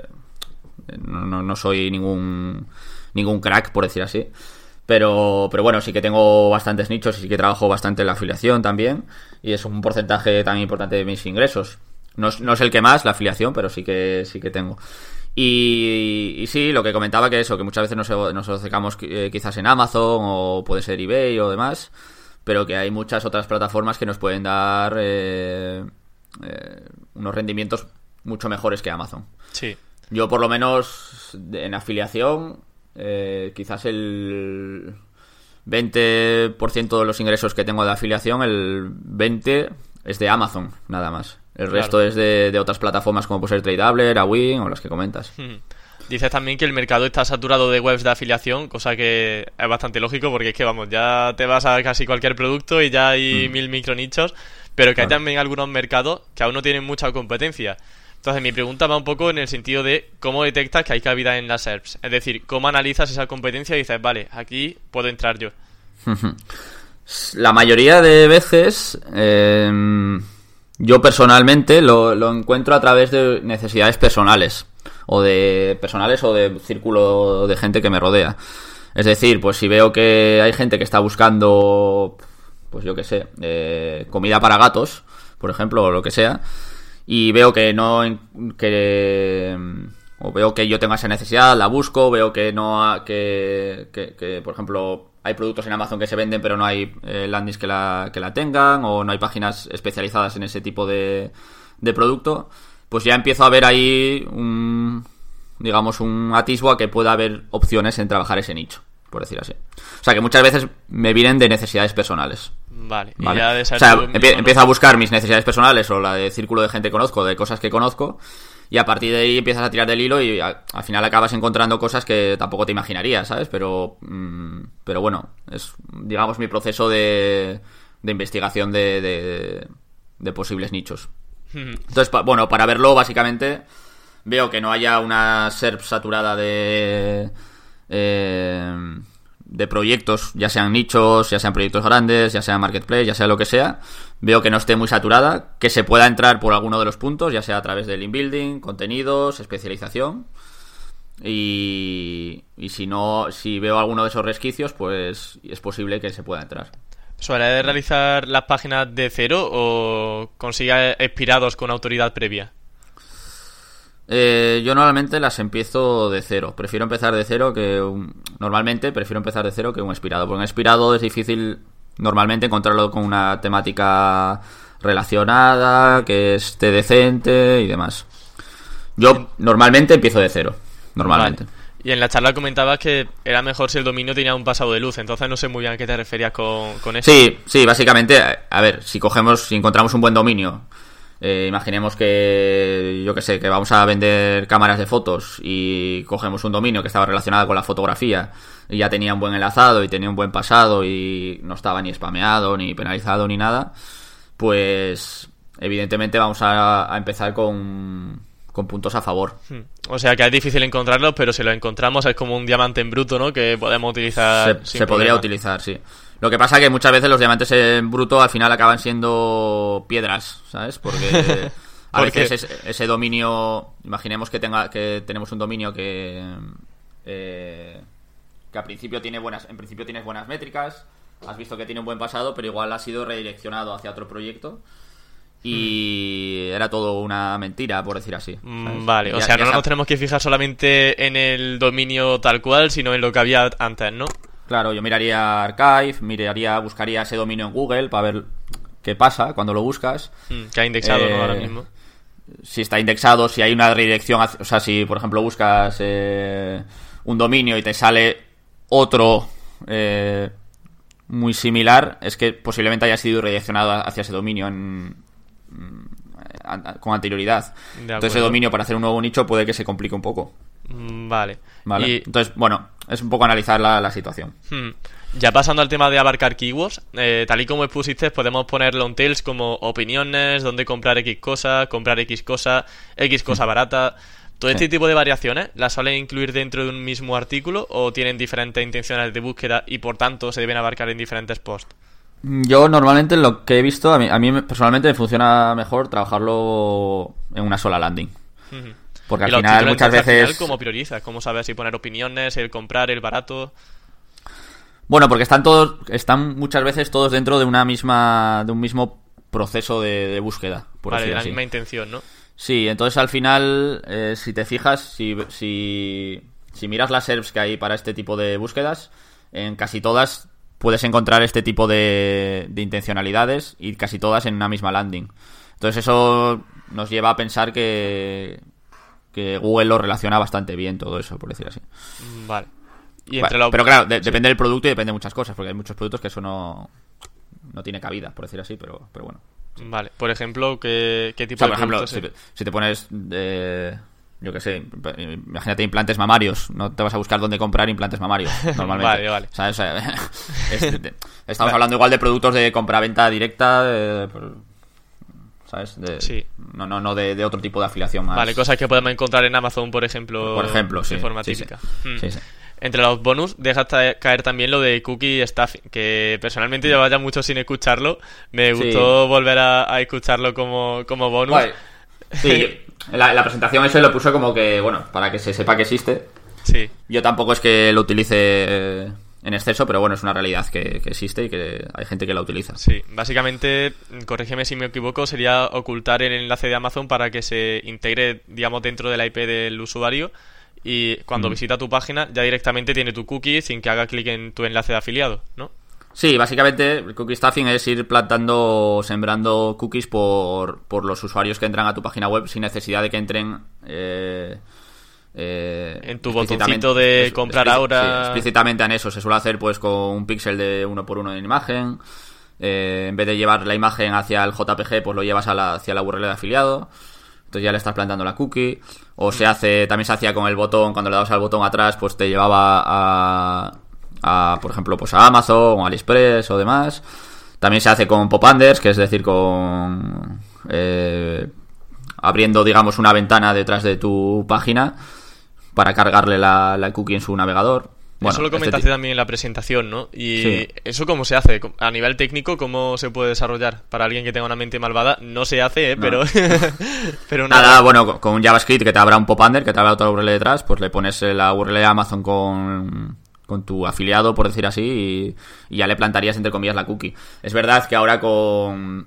no soy ningún crack, por decir así. Pero bueno, sí que tengo bastantes nichos y sí que trabajo bastante en la afiliación también. Y es un porcentaje tan importante de mis ingresos. No es el que más, la afiliación, pero sí que tengo. Y sí, lo que comentaba que muchas veces nos obcecamos quizás en Amazon o puede ser eBay o demás, pero que hay muchas otras plataformas que nos pueden dar unos rendimientos mucho mejores que Amazon. Sí. Yo por lo menos en afiliación... quizás el 20% de los ingresos que tengo de afiliación, el 20% es de Amazon, nada más. El resto es de otras plataformas como puede ser Tradeabler, Awin o las que comentas. Dices también que el mercado está saturado de webs de afiliación, cosa que es bastante lógico porque es que, vamos, ya te vas a casi cualquier producto y ya hay 1000 micronichos, pero que hay también algunos mercados que aún no tienen mucha competencia. Entonces mi pregunta va un poco en el sentido de cómo detectas que hay cabida en las SERPs. Es decir, cómo analizas esa competencia y dices, vale, aquí puedo entrar yo. La mayoría de veces yo personalmente lo encuentro a través de necesidades personales o de círculo de gente que me rodea. Es decir, pues si veo que hay gente que está buscando, pues yo qué sé, comida para gatos, por ejemplo, o lo que sea, y veo o veo que yo tengo esa necesidad, la busco, veo que por ejemplo hay productos en Amazon que se venden pero no hay landings que la tengan, o no hay páginas especializadas en ese tipo de producto, pues ya empiezo a ver ahí un atisbo a que pueda haber opciones en trabajar ese nicho, por decir así. O sea que muchas veces me vienen de necesidades personales. Vale. Y ya o sea, empiezo a buscar mis necesidades personales o la de círculo de gente que conozco, de cosas que conozco, y a partir de ahí empiezas a tirar del hilo y al final acabas encontrando cosas que tampoco te imaginarías, ¿sabes? Pero bueno, es, digamos, mi proceso de investigación de posibles nichos. Entonces, bueno, para verlo, básicamente, veo que no haya una SERP saturada de proyectos, ya sean nichos, ya sean proyectos grandes, ya sea marketplace, ya sea lo que sea. Veo que no esté muy saturada, que se pueda entrar por alguno de los puntos, ya sea a través del inbuilding, contenidos, especialización. Y si veo alguno de esos resquicios, pues es posible que se pueda entrar. ¿Sueles realizar las páginas de cero o consigues expirados con autoridad previa? Yo normalmente las empiezo de cero. Prefiero empezar de cero Normalmente prefiero empezar de cero que un expirado. Porque un expirado es difícil normalmente encontrarlo con una temática relacionada, que esté decente y demás. Yo normalmente empiezo de cero. Normalmente. Vale. Y en la charla comentabas que era mejor si el dominio tenía un pasado de luz. Entonces no sé muy bien a qué te referías con eso. Sí, básicamente, a ver, si encontramos un buen dominio, imaginemos que, yo que sé, que vamos a vender cámaras de fotos y cogemos un dominio que estaba relacionado con la fotografía y ya tenía un buen enlazado y tenía un buen pasado y no estaba ni spameado, ni penalizado, ni nada, pues evidentemente vamos a empezar con puntos a favor. O sea que es difícil encontrarlos, pero si los encontramos es como un diamante en bruto, ¿no? Que podemos utilizar se podría utilizar, sí. Lo que pasa es que muchas veces los diamantes en bruto al final acaban siendo piedras, ¿sabes? Porque a veces ese dominio, imaginemos que tenemos un dominio que al principio tienes buenas métricas, has visto que tiene un buen pasado, pero igual ha sido redireccionado hacia otro proyecto y era todo una mentira, por decir así, ¿sabes? Vale, o sea, no nos tenemos que fijar solamente en el dominio tal cual, sino en lo que había antes, ¿no? Claro, yo miraría Archive, buscaría ese dominio en Google para ver qué pasa cuando lo buscas. Que ha indexado, ¿no? Ahora mismo. Si está indexado, si hay una redirección, o sea, si por ejemplo buscas un dominio y te sale otro muy similar, es que posiblemente haya sido redireccionado hacia ese dominio con anterioridad. Entonces ese dominio para hacer un nuevo nicho puede que se complique un poco. Vale. Entonces, bueno, es un poco analizar la situación. Ya pasando al tema de abarcar keywords, tal y como expusiste, podemos poner long tails como opiniones, dónde comprar X cosa X cosa barata. ¿Todo este tipo de variaciones las suelen incluir dentro de un mismo artículo o tienen diferentes intenciones de búsqueda y por tanto se deben abarcar en diferentes posts? Yo normalmente lo que he visto, a mí personalmente me funciona mejor trabajarlo en una sola landing. Porque al final muchas veces... ¿Cómo priorizas? ¿Cómo sabes si poner opiniones, el comprar, el barato? Bueno, porque están muchas veces todos dentro de un mismo proceso de búsqueda, por decir así. La misma intención, ¿no? Sí, entonces al final, si te fijas, si miras las SERPs que hay para este tipo de búsquedas, en casi todas puedes encontrar este tipo de intencionalidades y casi todas en una misma landing. Entonces eso nos lleva a pensar que Google lo relaciona bastante bien todo eso, por decir así. Vale. Pero claro, depende del producto y depende de muchas cosas, porque hay muchos productos que eso no tiene cabida, por decir así, pero bueno. Vale, por ejemplo, ¿qué tipo de productos? Por ejemplo, si te pones, yo qué sé, imagínate implantes mamarios, no te vas a buscar dónde comprar implantes mamarios, normalmente. Vale. ¿Sabes? Estamos hablando igual de productos de compra-venta directa, ¿sabes? Sí. No de otro tipo de afiliación más. Vale, cosas que podemos encontrar en Amazon, por ejemplo, sí, de forma sí, típica. Sí. Entre los bonus, dejas caer también lo de cookie stuffing, que personalmente llevaba ya mucho sin escucharlo. Me gustó volver a escucharlo como bonus. Guay. Sí, la presentación eso lo puse como que, bueno, para que se sepa que existe. Sí. Yo tampoco es que lo utilice en exceso, pero bueno, es una realidad que existe y que hay gente que la utiliza. Sí, básicamente, corrígeme si me equivoco, sería ocultar el enlace de Amazon para que se integre, digamos, dentro de la IP del usuario y cuando visita tu página ya directamente tiene tu cookie sin que haga clic en tu enlace de afiliado, ¿no? Sí, básicamente el cookie stuffing es ir sembrando cookies por los usuarios que entran a tu página web sin necesidad de que entren en tu botoncito de comprar ahora. Sí, explícitamente en eso. Se suele hacer pues con un píxel de 1x1 en imagen. En vez de llevar la imagen hacia el JPG, pues lo llevas hacia la URL de afiliado. Entonces ya le estás plantando la cookie. O también se hacía con el botón, cuando le dabas al botón atrás, pues te llevaba a por ejemplo, pues a Amazon o AliExpress o demás. También se hace con pop-unders, que es decir, con abriendo, digamos, una ventana detrás de tu página para cargarle la cookie en su navegador. Bueno, eso lo comentaste también en la presentación, ¿no? Y sí. ¿Eso cómo se hace? A nivel técnico, ¿cómo se puede desarrollar? Para alguien que tenga una mente malvada, no se hace, no. pero nada, bueno, con un JavaScript que te abra un pop-under, que te abra otra URL detrás, pues le pones la URL de Amazon con con tu afiliado, por decir así, y ya le plantarías, entre comillas, la cookie. Es verdad que ahora con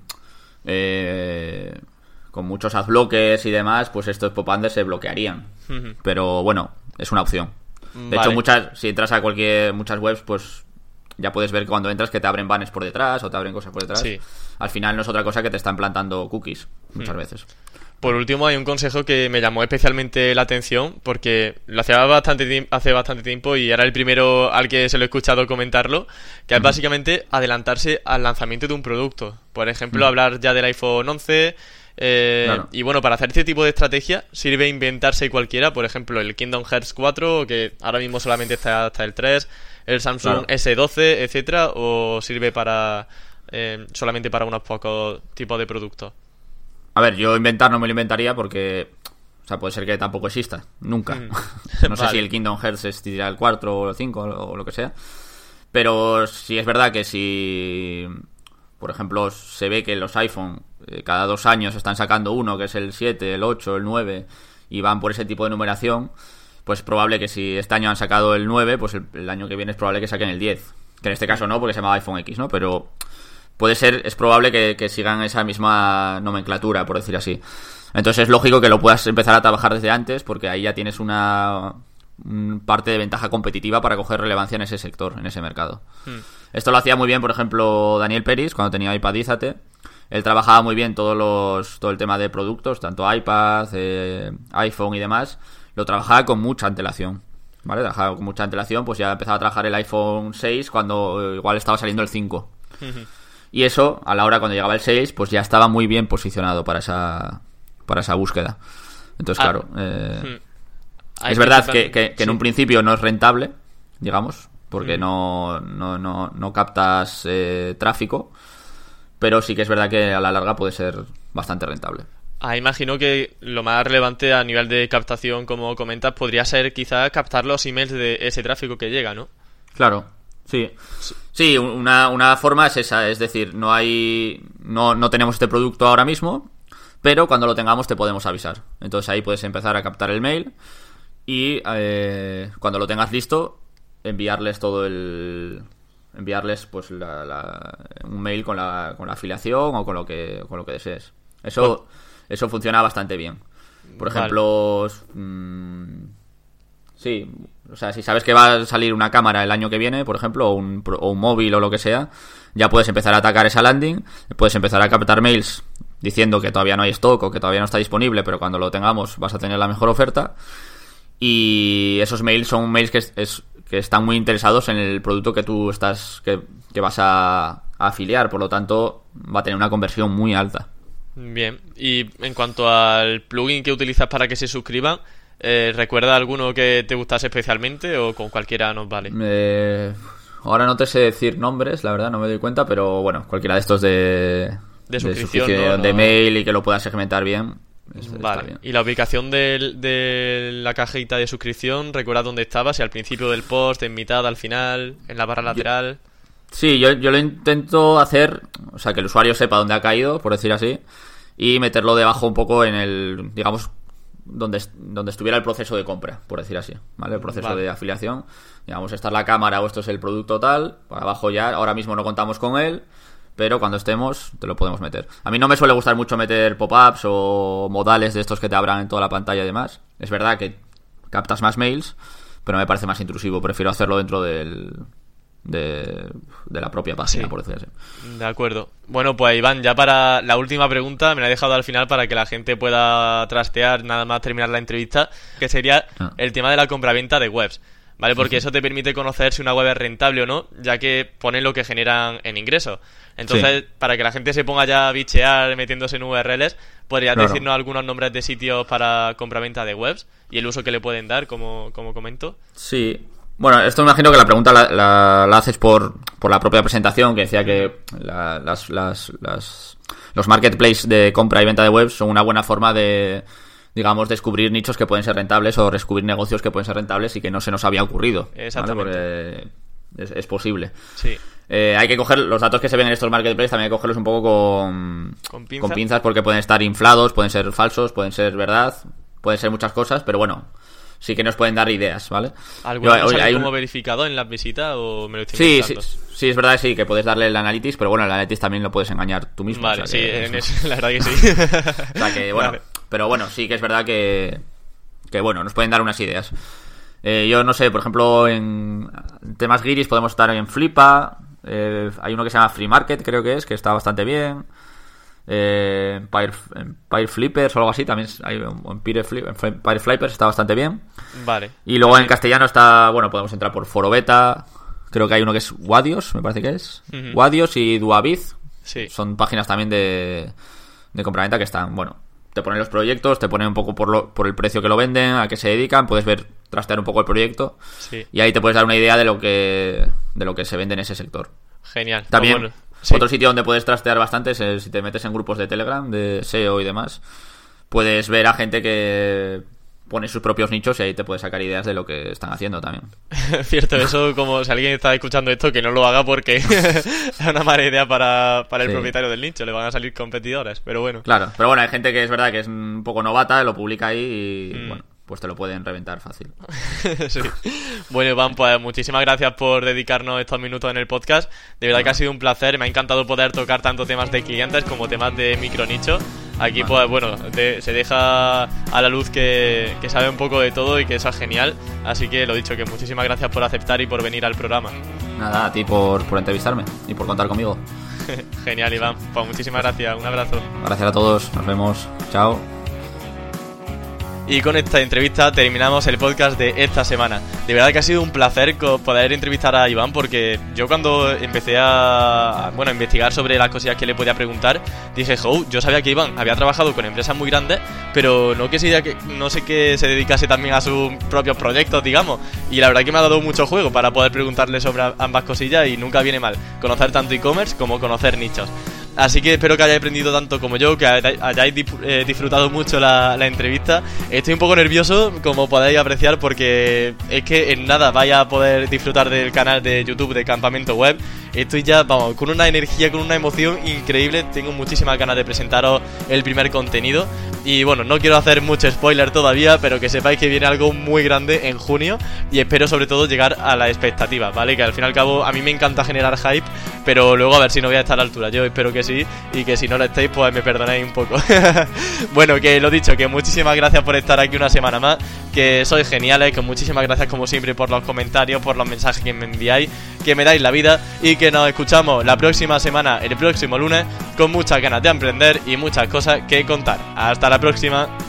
muchos adblockers y demás, pues estos pop-unders se bloquearían. Pero bueno, es una opción. De hecho, si entras a muchas webs, pues ya puedes ver que cuando entras que te abren banners por detrás o te abren cosas por detrás. Sí. Al final no es otra cosa que te están plantando cookies muchas veces. Por último, hay un consejo que me llamó especialmente la atención porque lo hacía hace bastante tiempo y era el primero al que se lo he escuchado comentarlo, que es básicamente adelantarse al lanzamiento de un producto. Por ejemplo, hablar ya del iPhone 11. Claro. Y bueno, para hacer este tipo de estrategia sirve inventarse cualquiera, por ejemplo el Kingdom Hearts 4, que ahora mismo solamente está hasta el 3, el Samsung S12, etcétera, o sirve para solamente para unos pocos tipos de productos. A ver, yo inventar no me lo inventaría porque, o sea, puede ser que tampoco exista, nunca. No sé si el Kingdom Hearts existirá el 4 o el 5 o lo que sea, pero sí es verdad que si, por ejemplo, se ve que los iPhone cada 2 años están sacando uno, que es el 7, el 8, el 9, y van por ese tipo de numeración, pues es probable que si este año han sacado el 9, pues el año que viene es probable que saquen el 10. Que en este caso no, porque se llama iPhone X, ¿no? Pero es probable que sigan esa misma nomenclatura, por decir así. Entonces es lógico que lo puedas empezar a trabajar desde antes, porque ahí ya tienes una parte de ventaja competitiva para coger relevancia en ese sector, en ese mercado. Esto lo hacía muy bien, por ejemplo, Daniel Peris, cuando tenía iPadízate. Él trabajaba muy bien todo el tema de productos, tanto iPad, iPhone y demás. Lo trabajaba con mucha antelación, ¿vale? Trabajaba con mucha antelación, pues ya empezaba a trabajar el iPhone 6 cuando igual estaba saliendo el 5. Y eso, a la hora cuando llegaba el 6, pues ya estaba muy bien posicionado para esa búsqueda. Entonces, claro, es verdad que en un principio no es rentable, digamos, porque no captas tráfico, pero sí que es verdad que a la larga puede ser bastante rentable. Imagino que lo más relevante a nivel de captación, como comentas, podría ser quizás captar los emails de ese tráfico que llega, ¿no? Claro, sí. Sí, una forma es esa, es decir, no tenemos este producto ahora mismo, pero cuando lo tengamos te podemos avisar. Entonces ahí puedes empezar a captar el mail y cuando lo tengas listo, enviarles pues un mail con la afiliación o con lo que desees. Eso funciona bastante bien. Por ejemplo, sí, o sea, si sabes que va a salir una cámara el año que viene, por ejemplo, o un móvil o lo que sea, ya puedes empezar a atacar esa landing, puedes empezar a captar mails diciendo que todavía no hay stock o que todavía no está disponible, pero cuando lo tengamos vas a tener la mejor oferta. Y esos mails son mails que están muy interesados en el producto que tú que vas a afiliar, por lo tanto va a tener una conversión muy alta. Bien, y en cuanto al plugin que utilizas para que se suscriban, ¿recuerda alguno que te gustase especialmente o con cualquiera nos vale? Ahora no te sé decir nombres, la verdad, no me doy cuenta, pero bueno, cualquiera de estos de suscripción, ¿no? De mail y que lo puedas segmentar bien. Vale, bien. Y la ubicación de la cajita de suscripción, ¿recuerdas dónde estaba? Si al principio del post, en mitad, al final, en la barra lateral. Sí, yo lo intento hacer, o sea, que el usuario sepa dónde ha caído, por decir así, y meterlo debajo un poco en el, digamos, donde estuviera el proceso de compra, por decir así, ¿vale? El proceso de afiliación. Digamos, esta es la cámara o esto es el producto tal, por abajo ya, ahora mismo no contamos con él, pero cuando estemos te lo podemos meter. A mí no me suele gustar mucho meter pop-ups o modales de estos que te abran en toda la pantalla y demás. Es verdad que captas más mails, pero me parece más intrusivo. Prefiero hacerlo dentro de la propia página, por decir así. De acuerdo. Bueno, pues Iván, ya para la última pregunta, me la he dejado al final para que la gente pueda trastear nada más terminar la entrevista, que sería el tema de la compraventa de webs, ¿vale? Porque eso te permite conocer si una web es rentable o no, ya que pone lo que generan en ingresos. Entonces, para que la gente se ponga ya a bichear metiéndose en URLs, ¿podrías decirnos algunos nombres de sitios para compraventa de webs y el uso que le pueden dar, como comento? Sí. Bueno, esto me imagino que la pregunta la haces por la propia presentación, que decía que los marketplaces de compra y venta de webs son una buena forma de, digamos, descubrir nichos que pueden ser rentables o descubrir negocios que pueden ser rentables y que no se nos había ocurrido. Exactamente. ¿Vale? Porque es posible. Sí. Hay que coger los datos que se ven en estos marketplaces, también hay que cogerlos un poco con pinzas, porque pueden estar inflados, pueden ser falsos, pueden ser verdad, pueden ser muchas cosas, pero bueno, sí que nos pueden dar ideas, ¿vale? ¿Alguno no sale como verificado en las visitas o me lo estoy inventando? Sí, es verdad, sí, que puedes darle el analytics, pero bueno, el analytics también lo puedes engañar tú mismo. Vale, o sea, sí, la verdad que sí. O sea que, bueno, vale. Pero bueno, sí que es verdad que bueno, nos pueden dar unas ideas. Yo no sé, por ejemplo, en temas guiris podemos estar en Flipa, hay uno que se llama Free Market, creo que está bastante bien. Pyre Flippers o algo así, también hay en Pyre Flippers, está bastante bien. Vale. Y luego en castellano está, bueno, podemos entrar por Foro Beta, creo que hay uno que es Wadios, me parece que es. Wadios y Duaviz. Sí. Son páginas también de compraventa que están, bueno, te ponen los proyectos, te ponen un poco por el precio que lo venden, a qué se dedican, puedes trastear un poco el proyecto, sí. Y ahí te puedes dar una idea de lo que se vende en ese sector. Genial. También, bueno, sí. Otro sitio donde puedes trastear bastante es si te metes en grupos de Telegram, de SEO y demás, puedes ver a gente que pone sus propios nichos y ahí te puedes sacar ideas de lo que están haciendo también. Cierto, eso como si alguien está escuchando esto, que no lo haga porque es una mala idea para el propietario del nicho, le van a salir competidores, pero bueno. Claro, pero bueno, hay gente que es verdad que es un poco novata, lo publica ahí y bueno, pues te lo pueden reventar fácil. Sí. Bueno, Iván, pues muchísimas gracias por dedicarnos estos minutos en el podcast. De verdad que ha sido un placer, me ha encantado poder tocar tanto temas de clientes como temas de micronicho. Aquí pues bueno, se deja a la luz que sabe un poco de todo y que eso es genial. Así que lo dicho, que muchísimas gracias por aceptar y por venir al programa. Nada, a ti por entrevistarme y por contar conmigo. Genial, Iván, pues muchísimas gracias, un abrazo. Gracias a todos, nos vemos, chao. Y con esta entrevista terminamos el podcast de esta semana. De verdad que ha sido un placer poder entrevistar a Iván, porque yo cuando empecé a investigar sobre las cosillas que le podía preguntar, dije, yo sabía que Iván había trabajado con empresas muy grandes, pero no sé que se dedicase también a sus propios proyectos, digamos. Y la verdad que me ha dado mucho juego para poder preguntarle sobre ambas cosillas y nunca viene mal conocer tanto e-commerce como conocer nichos. Así que espero que hayáis aprendido tanto como yo, que hayáis disfrutado mucho la entrevista. Estoy un poco nervioso, como podéis apreciar, porque es que en nada vais a poder disfrutar del canal de YouTube de Campamento Web. Estoy ya, vamos, con una energía, con una emoción increíble. Tengo muchísimas ganas de presentaros el primer contenido. Y bueno, no quiero hacer mucho spoiler todavía, pero que sepáis que viene algo muy grande en junio. Y espero sobre todo llegar a la expectativa, ¿vale? Que al fin y al cabo a mí me encanta generar hype, pero luego a ver si no voy a estar a la altura. Yo espero que sí, y que si no lo estéis, pues me perdonéis un poco. Bueno, que lo dicho, que muchísimas gracias por estar aquí una semana más, que sois geniales, que muchísimas gracias como siempre por los comentarios, por los mensajes que me enviáis, que me dais la vida, y que nos escuchamos la próxima semana, el próximo lunes, con muchas ganas de emprender y muchas cosas que contar. Hasta la próxima.